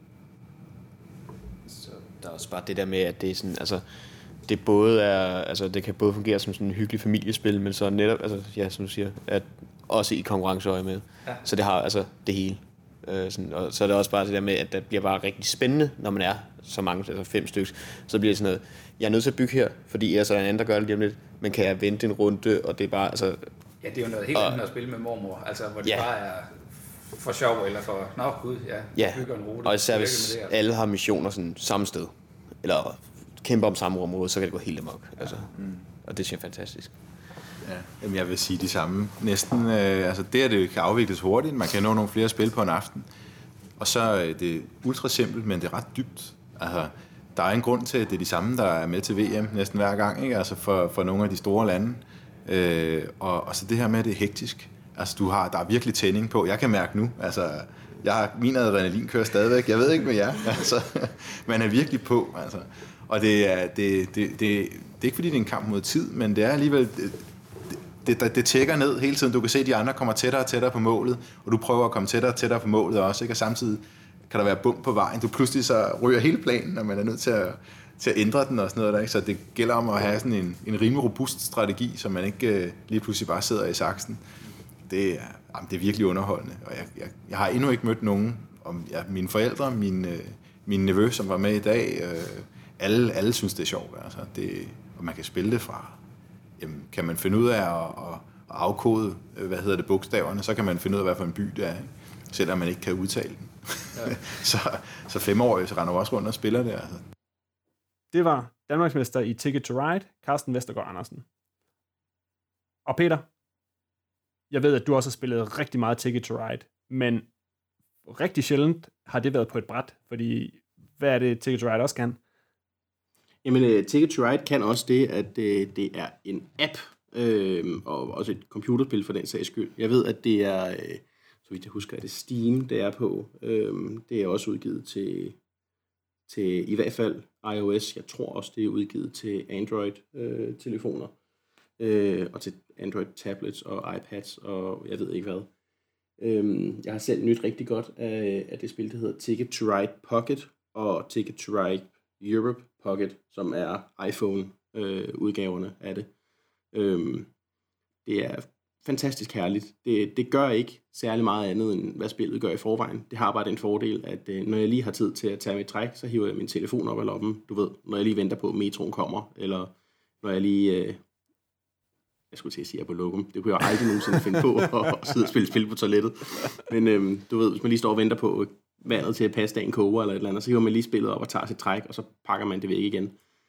Så der er også bare det der med, at det er sådan, altså, det både er, altså, det kan både fungere som sådan en hyggelig familiespil, men så netop, altså, ja, som du siger, at også i konkurrenceøje med. Ja. Så det har altså det hele. Øh, sådan, og så er det også bare det der med, at det bliver bare rigtig spændende, når man er så mange, altså fem stykker, så bliver det sådan noget, jeg er nødt til at bygge her, fordi ellers er der en anden, der gør det lige om lidt, men kan jeg vente en runde, og det er bare, altså... Ja, det er jo noget helt andet at spille med mormor, altså hvor det ja. bare er for sjov, eller for, nå gud, ja, ja. bygger en rute. Og især hvis alle har missioner sådan samme sted, eller kæmper om samme område, så kan det gå helt amok, ja. altså, mm. og det synes jeg er fantastisk. Ja, jamen jeg vil sige de samme. Næsten, øh, altså det, at det kan afvikles hurtigt, man kan nå nogle flere spil på en aften, og så øh, det er ultra simpelt, men det er ret dybt. Altså, der er en grund til, at det er de samme, der er med til V M næsten hver gang, ikke? Altså for, for nogle af de store lande. Øh, og, og så det her med, at det er hektisk. Altså, du har, der er virkelig tænding på. Jeg kan mærke nu, altså, jeg har, min adrenalin kører stadigvæk. Jeg ved ikke med jer. Altså, man er virkelig på, altså. Og det er, det, det, det, det er ikke, fordi det er en kamp mod tid, men det er alligevel... Det, det, det tjekker ned hele tiden. Du kan se, at de andre kommer tættere og tættere på målet, og du prøver at komme tættere og tættere på målet også, ikke? Og samtidig kan der være bump på vejen. Du pludselig så ryger hele planen, og man er nødt til at, til at ændre den og sådan noget der, ikke? Så det gælder om at have sådan en, en rimelig robust strategi, så man ikke uh, lige pludselig bare sidder i saksen. Det er, jamen, det er virkelig underholdende, og jeg, jeg, jeg har endnu ikke mødt nogen, om ja, mine forældre, min, uh, min nevø, som var med i dag, uh, alle, alle synes, det er sjovt. Altså, det, og man kan spille det fra... Jamen, kan man finde ud af at, at, at afkode, hvad hedder det, bogstaverne, så kan man finde ud af, hvad for en by det er, ikke? Selvom man ikke kan udtale den. Ja. så, så femårige, så render vi også rundt og spiller det. Altså. Det var Danmarksmester i Ticket to Ride, Carsten Vestergaard Andersen. Og Peter, jeg ved, at du også har spillet rigtig meget Ticket to Ride, men rigtig sjældent har det været på et bræt, fordi hvad er det, Ticket to Ride også kan? Jamen, uh, Ticket to Ride kan også det, at uh, det er en app, øh, og også et computerspil for den sags skyld. Jeg ved, at det er, øh, så vidt jeg husker, at det er Steam, det er på. Øh, det er også udgivet til, til i hvert fald iOS. Jeg tror også, det er udgivet til Android-telefoner, øh, øh, og til Android-tablets og iPads, og jeg ved ikke hvad. Øh, jeg har selv nyt rigtig godt af, af det spil, der hedder Ticket to Ride Pocket, og Ticket to Ride Europe Pocket, som er iPhone-udgaverne øh, af det. Øhm, det er fantastisk herligt. Det, det gør ikke særlig meget andet, end hvad spillet gør i forvejen. Det har bare den fordel, at øh, når jeg lige har tid til at tage mit træk, så hiver jeg min telefon op af lommen. Du ved, når jeg lige venter på, at metroen kommer, eller når jeg lige... Øh, jeg skulle til at sige, at jeg er på lokum. Det kunne jeg aldrig nogensinde finde på, at sidde og spille spil på toilettet. Men øhm, du ved, hvis man lige står og venter på vandet til at passe dagen koger eller et eller andet, så hiver man lige spillet op og tager sit træk, og så pakker man det væk igen.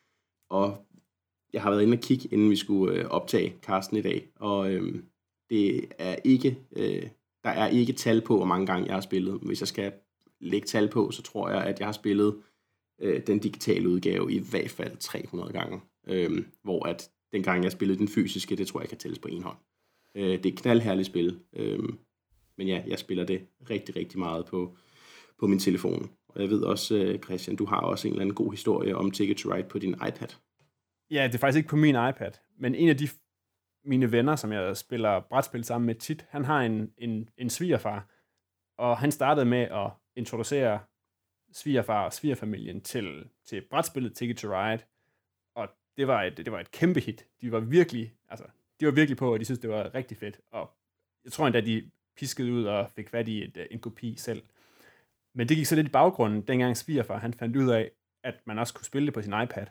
Og jeg har været inde og kigge, inden vi skulle øh, optage Carsten i dag, og øh, det er ikke, øh, der er ikke tal på, hvor mange gange jeg har spillet. Hvis jeg skal lægge tal på, så tror jeg, at jeg har spillet øh, den digitale udgave i hvert fald tre hundrede gange, øh, hvor at den gang jeg spillede den fysiske, det tror jeg kan tælles på en hånd. Øh, det er et knaldherligt spil, øh, men ja, jeg spiller det rigtig, rigtig meget på på min telefon. Og jeg ved også, Christian, du har også en eller anden god historie om Ticket to Ride på din iPad. Ja, det er faktisk ikke på min iPad, men en af de mine venner, som jeg spiller brætspil sammen med tit, han har en, en, en svigerfar, og han startede med at introducere svigerfar og svigerfamilien til, til brætspillet Ticket to Ride, og det var et, det var et kæmpe hit. De var virkelig, altså, de var virkelig på, og de synes det var rigtig fedt, og jeg tror endda, de piskede ud og fik fat i et, en kopi selv. Men det gik så lidt i baggrunden, dengang svigerfar han fandt ud af, at man også kunne spille det på sin iPad.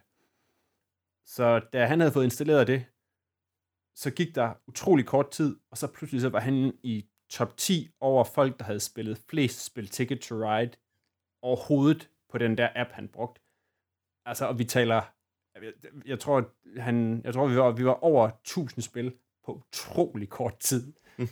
Så da han havde fået installeret det, så gik der utrolig kort tid, og så pludselig så var han i top ti over folk, der havde spillet flest spil Ticket to Ride overhovedet på den der app, han brugte. Altså, og vi taler, jeg, jeg tror, han, jeg tror vi, var, vi var over tusind spil på utrolig kort tid.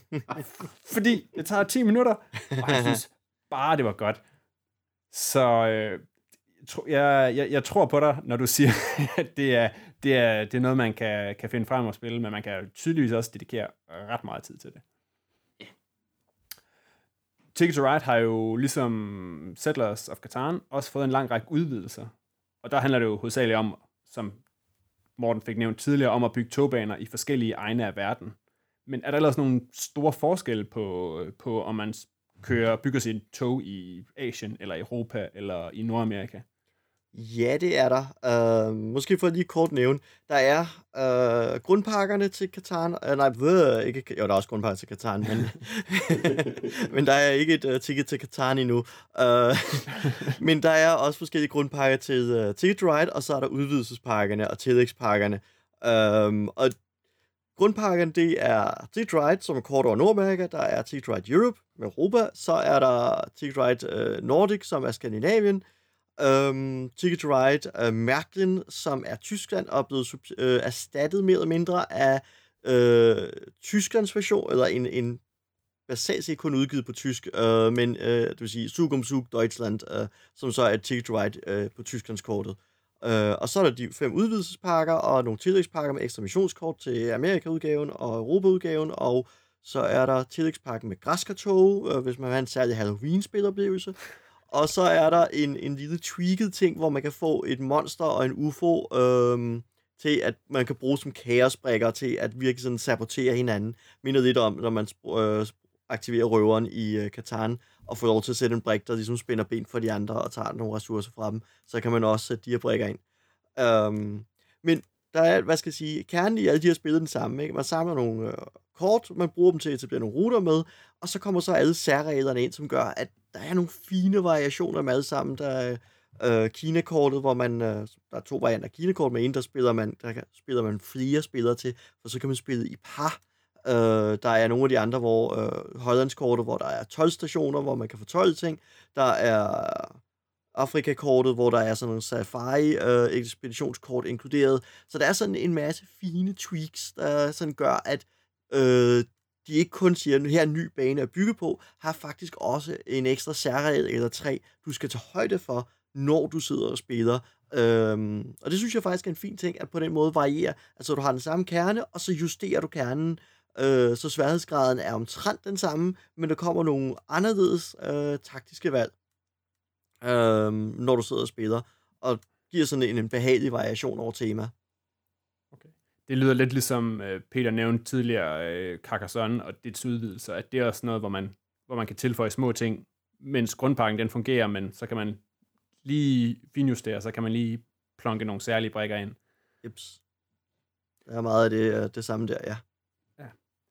Fordi det tager ti minutter, og han synes bare, det var godt. Så øh, jeg, jeg, jeg tror på dig, når du siger, at det er, det er, det er noget, man kan, kan finde frem og spille, men man kan tydeligvis også dedikere ret meget tid til det. Ticket to Ride har jo ligesom Settlers of Catan også fået en lang række udvidelser. Og der handler det jo hovedsageligt om, som Morten fik nævnt tidligere, om at bygge togbaner i forskellige egne af verden. Men er der ellers nogle store forskelle på, på om man kører, bygger sit tog i Asien, eller Europa, eller i Nordamerika? Ja, det er der. Uh, måske for at lige kort nævne. Der er uh, grundpakkerne til Catan. Uh, nej, ved, ikke, jo, der er også grundpakker til Catan, men, men der er ikke et uh, ticket til Catan endnu. Uh, men der er også forskellige grundpakker til uh, Ticket to Ride, og så er der udvidelsespakkerne og tillægspakkerne. Um, og grundpakkerne, det er Ticket to Ride, som er kort over Nordamerika. Der er Ticket to Ride Europe med Europa. Så er der Ticket to Ride uh, Nordic, som er Skandinavien. Um, Ticket to Ride uh, Märklin, som er Tyskland, og er blevet uh, erstattet mere eller mindre af uh, Tysklands version, eller en, en basalt set kun udgivet på tysk, uh, men uh, det vil sige Zug um Zug Deutschland, uh, som så er et Ticket to Ride uh, på Tysklandskortet. Uh, og så er der de fem udvidelsespakker, og nogle tillægspakker med ekstra missionskort til Amerika-udgaven og Europa-udgaven, og så er der tillægspakken med græskartog, uh, hvis man vil have en særlig Halloween-spiloplevelse. Og så er der en, en lille tweaked ting, hvor man kan få et monster og en U F O øhm, til, at man kan bruge som kaosbrækker til at virkelig sådan sabotere hinanden. Minder lidt om, når man øh, aktiverer røveren i øh, Catan og får lov til at sætte en brik, der ligesom spænder ben for de andre og tager nogle ressourcer fra dem. Så kan man også sætte de her brækker ind. Øhm, men der er, hvad skal jeg sige, kernen i alle de her spil den samme. Ikke? Man samler nogle øh, kort, man bruger dem til at etablere nogle ruter med, og så kommer så alle særreglerne ind, som gør, at der er nogle fine variationer med alle sammen. Der er øh, Kina-kortet, hvor man, øh, der er to varianter af Kina-kort, med en, der spiller man, der spiller man flere spillere til, for så kan man spille i par. Øh, der er nogle af de andre, hvor øh, Hollandskortet, hvor der er tolv stationer, hvor man kan få tolv ting. Der er Afrika-kortet, hvor der er sådan en safari-ekspeditionskort øh, inkluderet. Så der er sådan en masse fine tweaks, der sådan gør, at øh, de ikke kun siger, at her er en ny bane at bygge på, har faktisk også en ekstra særregel eller tre, du skal tage højde for, når du sidder og spiller. Øhm, og det synes jeg faktisk er en fin ting, at på den måde variere. Altså du har den samme kerne, og så justerer du kernen, øh, så sværhedsgraden er omtrent den samme, men der kommer nogle anderledes øh, taktiske valg, øh, når du sidder og spiller, og giver sådan en, en behagelig variation over tema. Okay. Det lyder lidt ligesom øh, Peter nævnte tidligere, øh, Carcassonne og dets udvidelser, at det er også noget, hvor man, hvor man kan tilføje små ting, mens grundpakken den fungerer, men så kan man lige finjustere, så kan man lige plonke nogle særlige brikker ind. Jeps. Der er meget af det, det samme der, ja. ja.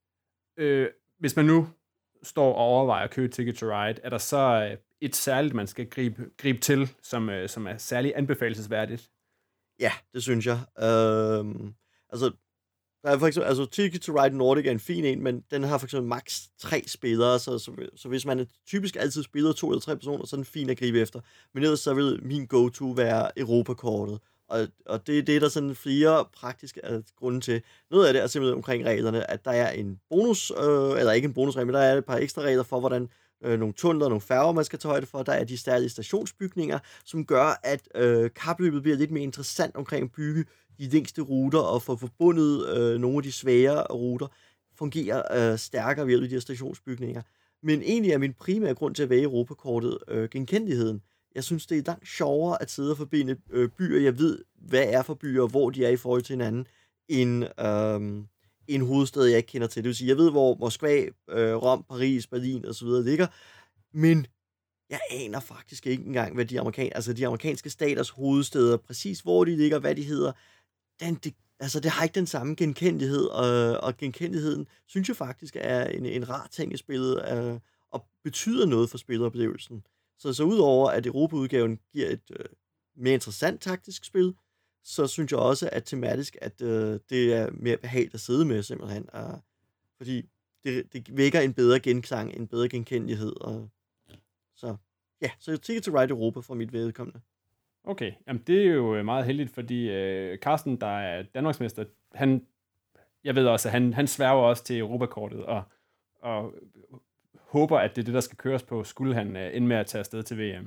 Øh, hvis man nu står og overvejer at købe Ticket to Ride, er der så et særligt, man skal gribe, gribe til, som, som er særligt anbefalesværdigt? Ja, det synes jeg. Øhm, altså, der er for eksempel, altså Ticket to Ride Nordic er en fin en, men den har for eksempel maks tre spillere, så, så, så hvis man er typisk altid spiller to eller tre personer, så er den fin at gribe efter. Men ellers så vil min go-to være Europa-kortet. Og, og det, det er der sådan flere praktiske grunde til. Noget af det er simpelthen omkring reglerne, at der er en bonus, øh, eller ikke en bonusregel, men der er et par ekstra regler for, hvordan øh, nogle tunneler og nogle færger, man skal tage højde for. Der er de stærlige stationsbygninger, som gør, at øh, kapløbet bliver lidt mere interessant omkring at bygge de længste ruter og få forbundet øh, nogle af de svære ruter, fungerer øh, stærkere ved de her stationsbygninger. Men egentlig er min primære grund til at vælge Europakortet øh, genkendeligheden. Jeg synes, det er langt sjovere at sidde og forbinde øh, byer, jeg ved, hvad er for byer, og hvor de er i forhold til hinanden, end øh, en hovedstad, jeg ikke kender til. Det vil sige, jeg ved, hvor Moskva, øh, Rom, Paris, Berlin osv. ligger, men jeg aner faktisk ikke engang, hvad de, amerikan- altså de amerikanske staters hovedsteder, præcis hvor de ligger, hvad de hedder. Den, det, altså, det har ikke den samme genkendelighed, og, og genkendeligheden synes jeg faktisk er en, en rar ting i spillet, øh, og betyder noget for spilleroplevelsen. Så, så udover at Europa-udgaven giver et øh, mere interessant taktisk spil, så synes jeg også, at tematisk, at øh, det er mere behageligt at sidde med, simpelthen. Øh, fordi det, det vækker en bedre genklang, en bedre genkendelighed. Og, så ja, så Ticket to Ride Europa for mit vedkommende. Okay, jamen det er jo meget heldigt, fordi øh, Carsten, der er Danmarksmester, han, jeg ved også, at han, han sværger også til Europakortet, og, og håber, at det er det, der skal køres på, skulle han uh, ende med at tage afsted til V M.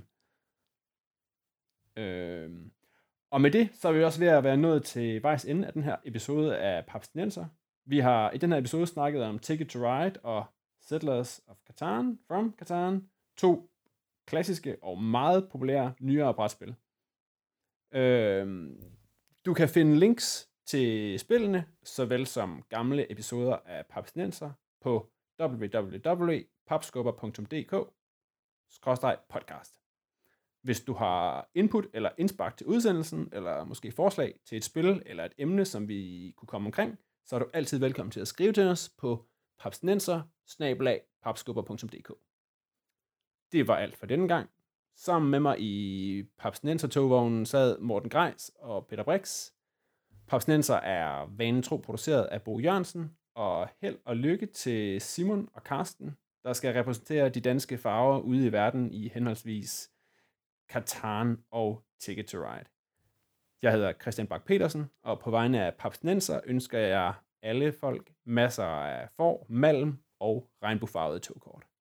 Øh, og med det, så er vi også ved at være nået til vejs ende af den her episode af Papstinenser. Vi har i den her episode snakket om Ticket to Ride og Settlers of Catan, From Catan, to klassiske og meget populære nyere brætspil. Øh, du kan finde links til spillene, såvel som gamle episoder af Papsnenser på w w w punktum papskubber punktum d k skråstreg podcast. Hvis du har input eller indspark til udsendelsen, eller måske forslag til et spil eller et emne, som vi kunne komme omkring, så er du altid velkommen til at skrive til os på papsnenser bindestreg papskubber punktum d k. Det var alt for denne gang. Sammen med mig i Papsnenser-togvognen sad Morten Greis og Peter Brix. Papsnenser er vanen tro produceret af Bo Jørgensen, og held og lykke til Simon og Karsten, der skal repræsentere de danske farver ude i verden i henholdsvis Catan og Ticket to Ride. Jeg hedder Christian Bak Petersen, og på vegne af Papsnenser ønsker jeg alle folk masser af får, malm og regnbuefarvede togkort.